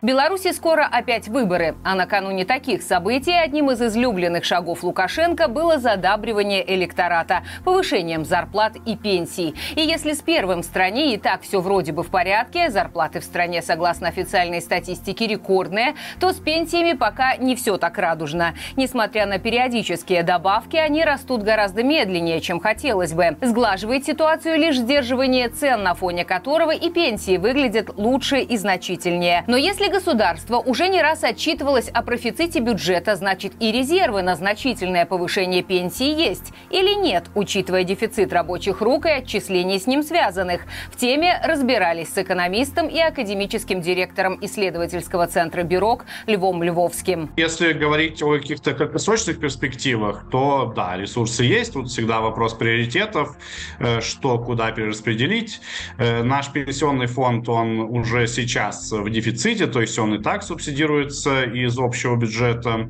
В Беларуси скоро опять выборы, а накануне таких событий одним из излюбленных шагов Лукашенко было задабривание электората повышением зарплат и пенсий. И если с первым в стране и так все вроде бы в порядке, зарплаты в стране, согласно официальной статистике, рекордные, то с пенсиями пока не все так радужно. Несмотря на периодические добавки, они растут гораздо медленнее, чем хотелось бы. Сглаживает ситуацию лишь сдерживание цен, на фоне которого и пенсии выглядят лучше и значительнее. Но если государство уже не раз отчитывалось о профиците бюджета, значит и резервы на значительное повышение пенсии есть или нет, учитывая дефицит рабочих рук и отчислений с ним связанных. В теме разбирались с экономистом и академическим директором исследовательского центра «Бирок» Львом Львовским. Если говорить о каких-то краткосрочных перспективах, то да, ресурсы есть. Тут всегда вопрос приоритетов, что куда перераспределить. Наш пенсионный фонд, он уже сейчас в дефиците, то есть он и так субсидируется из общего бюджета.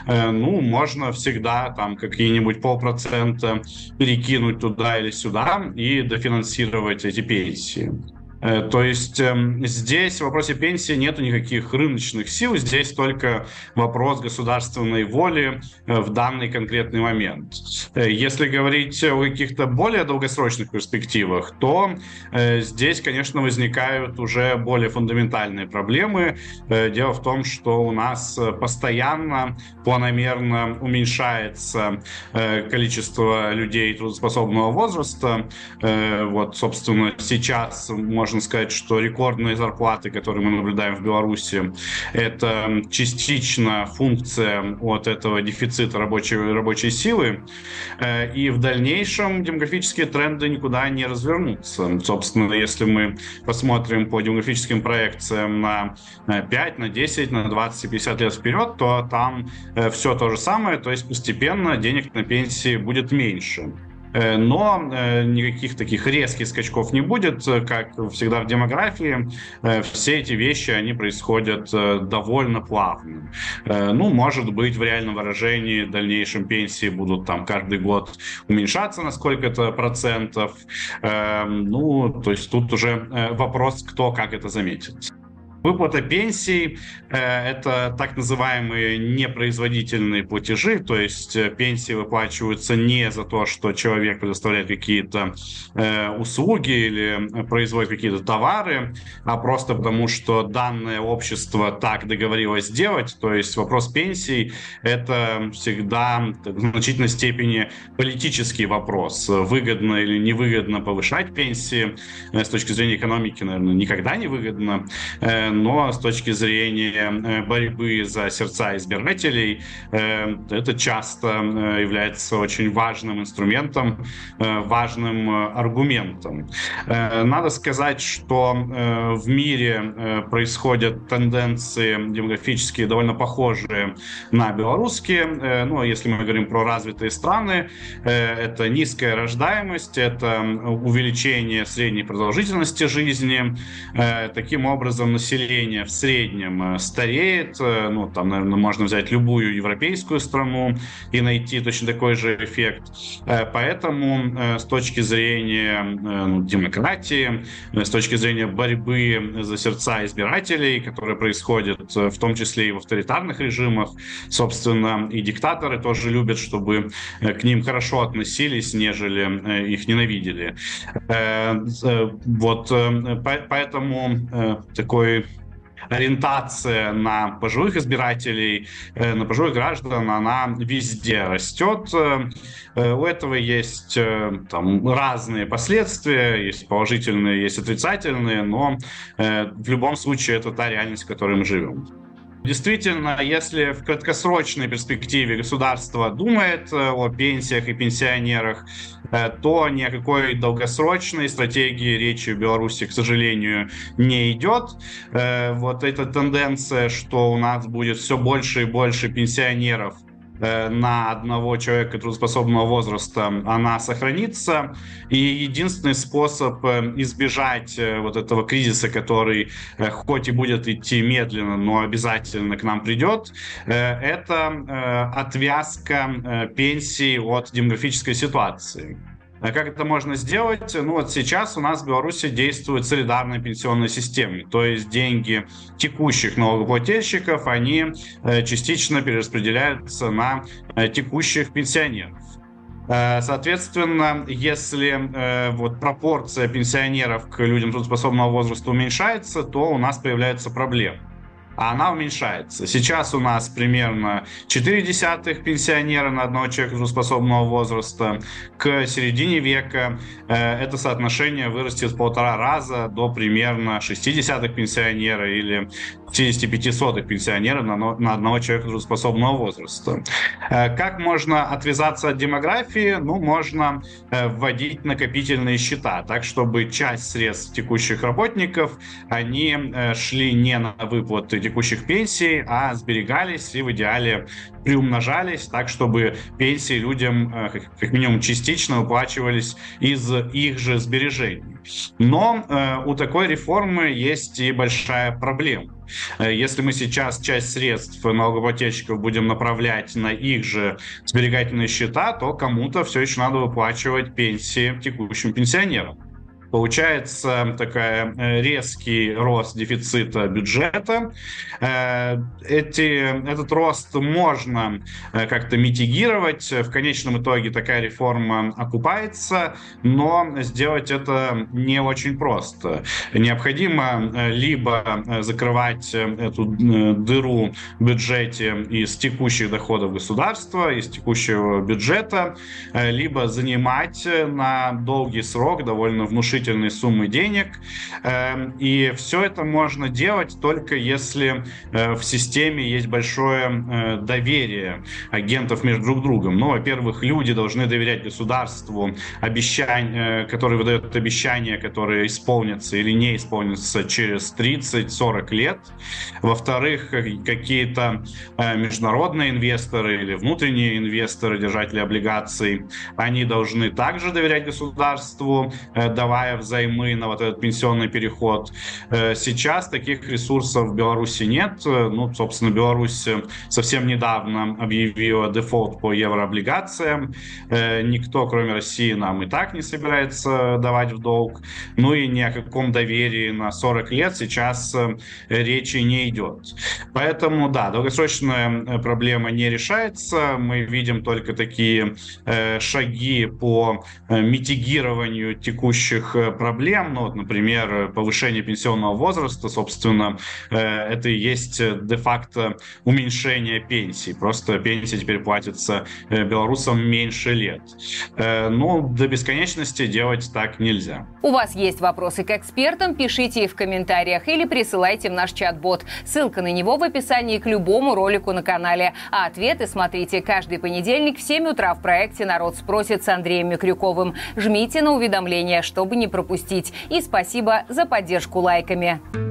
Можно всегда там какие-нибудь 0,5% перекинуть туда или сюда и дофинансировать эти пенсии. То есть здесь в вопросе пенсии нету никаких рыночных сил, здесь только вопрос государственной воли в данный конкретный момент. Если говорить о каких-то более долгосрочных перспективах, то здесь, конечно, возникают уже более фундаментальные проблемы. Дело в том, что у нас постоянно, планомерно уменьшается количество людей трудоспособного возраста. Вот, собственно, сейчас можно сказать, что рекордные зарплаты, которые мы наблюдаем в Беларуси, это частично функция от этого дефицита рабочей силы. И в дальнейшем демографические тренды никуда не развернутся. Собственно, если мы посмотрим по демографическим проекциям на 5, на 10, на 20 и 50 лет вперед, то там все то же самое, то есть постепенно денег на пенсии будет меньше. Но никаких таких резких скачков не будет, как всегда в демографии. Все эти вещи, они происходят довольно плавно. Может быть, в реальном выражении в дальнейшем пенсии будут там каждый год уменьшаться на сколько-то процентов. То есть тут уже вопрос, кто как это заметит. Выплата пенсий – это так называемые непроизводительные платежи, то есть пенсии выплачиваются не за то, что человек предоставляет какие-то услуги или производит какие-то товары, а просто потому, что данное общество так договорилось сделать. То есть вопрос пенсий – это всегда в значительной степени политический вопрос. Выгодно или невыгодно повышать пенсии с точки зрения экономики, наверное, никогда не выгодно. Но с точки зрения борьбы за сердца избирателей это часто является очень важным инструментом, важным аргументом. Надо сказать, что в мире происходят тенденции демографические довольно похожие на белорусские. Если мы говорим про развитые страны, это низкая рождаемость, это увеличение средней продолжительности жизни. Таким образом, население в среднем стареет. Там, наверное, можно взять любую европейскую страну и найти точно такой же эффект. Поэтому с точки зрения демократии, с точки зрения борьбы за сердца избирателей, которая происходит в том числе и в авторитарных режимах, собственно, и диктаторы тоже любят, чтобы к ним хорошо относились, нежели их ненавидели. Поэтому такой ориентация на пожилых избирателей, на пожилых граждан, она везде растет. У этого есть разные последствия, есть положительные, есть отрицательные, но в любом случае это та реальность, в которой мы живем. Действительно, если в краткосрочной перспективе государство думает о пенсиях и пенсионерах, то ни о какой долгосрочной стратегии речи в Беларуси, к сожалению, не идет. Вот эта тенденция, что у нас будет все больше и больше пенсионеров на одного человека трудоспособного возраста, она сохранится. И единственный способ избежать вот этого кризиса, который хоть и будет идти медленно, но обязательно к нам придет, это отвязка пенсий от демографической ситуации. Как это можно сделать? Ну вот сейчас у нас в Беларуси действует солидарная пенсионная система, то есть деньги текущих налогоплательщиков, они частично перераспределяются на текущих пенсионеров. Соответственно, если вот пропорция пенсионеров к людям трудоспособного возраста уменьшается, то у нас появляются проблемы. А она уменьшается. Сейчас у нас примерно 0,4 пенсионера на одного человека трудоспособного возраста. К середине века это соотношение вырастет в 1,5 раза до примерно 0,6 пенсионера или 0,55 пенсионера на одного человека трудоспособного возраста. Как можно отвязаться от демографии? Ну, можно вводить накопительные счета, так, чтобы часть средств текущих работников, они шли не на выплаты текущих пенсий, а сберегались и в идеале приумножались, так, чтобы пенсии людям как минимум частично выплачивались из их же сбережений. Но у такой реформы есть и большая проблема. Если мы сейчас часть средств налогоплательщиков будем направлять на их же сберегательные счета, то кому-то все еще надо выплачивать пенсии текущим пенсионерам. Получается такой резкий рост дефицита бюджета. Этот рост можно как-то митигировать. В конечном итоге такая реформа окупается, но сделать это не очень просто. Необходимо либо закрывать эту дыру в бюджете из текущих доходов государства, из текущего бюджета, либо занимать на долгий срок довольно внушительные суммы денег. И все это можно делать только если в системе есть большое доверие агентов между друг другом. Ну, во-первых, люди должны доверять государству, которое выдает обещания, которые исполнятся или не исполнятся через 30-40 лет. Во-вторых, какие-то международные инвесторы или внутренние инвесторы, держатели облигаций, они должны также доверять государству, давая взаймы на вот этот пенсионный переход. Сейчас таких ресурсов в Беларуси нет. Ну, собственно, Беларусь совсем недавно объявила дефолт по еврооблигациям. Никто, кроме России, нам и так не собирается давать в долг. Ну и ни о каком доверии на 40 лет сейчас речи не идет. Поэтому, да, долгосрочная проблема не решается. Мы видим только такие шаги по митигированию текущих проблем. Ну, вот, например, повышение пенсионного возраста, собственно, это и есть де-факто уменьшение пенсий. Просто пенсии теперь платятся белорусам меньше лет. Ну, до бесконечности делать так нельзя. У вас есть вопросы к экспертам? Пишите их в комментариях или присылайте в наш чат-бот. Ссылка на него в описании к любому ролику на канале. А ответы смотрите каждый понедельник в 7 утра в проекте «Народ спросит» с Андреем Микрюковым. Жмите на уведомления, чтобы не пропустить. И спасибо за поддержку лайками.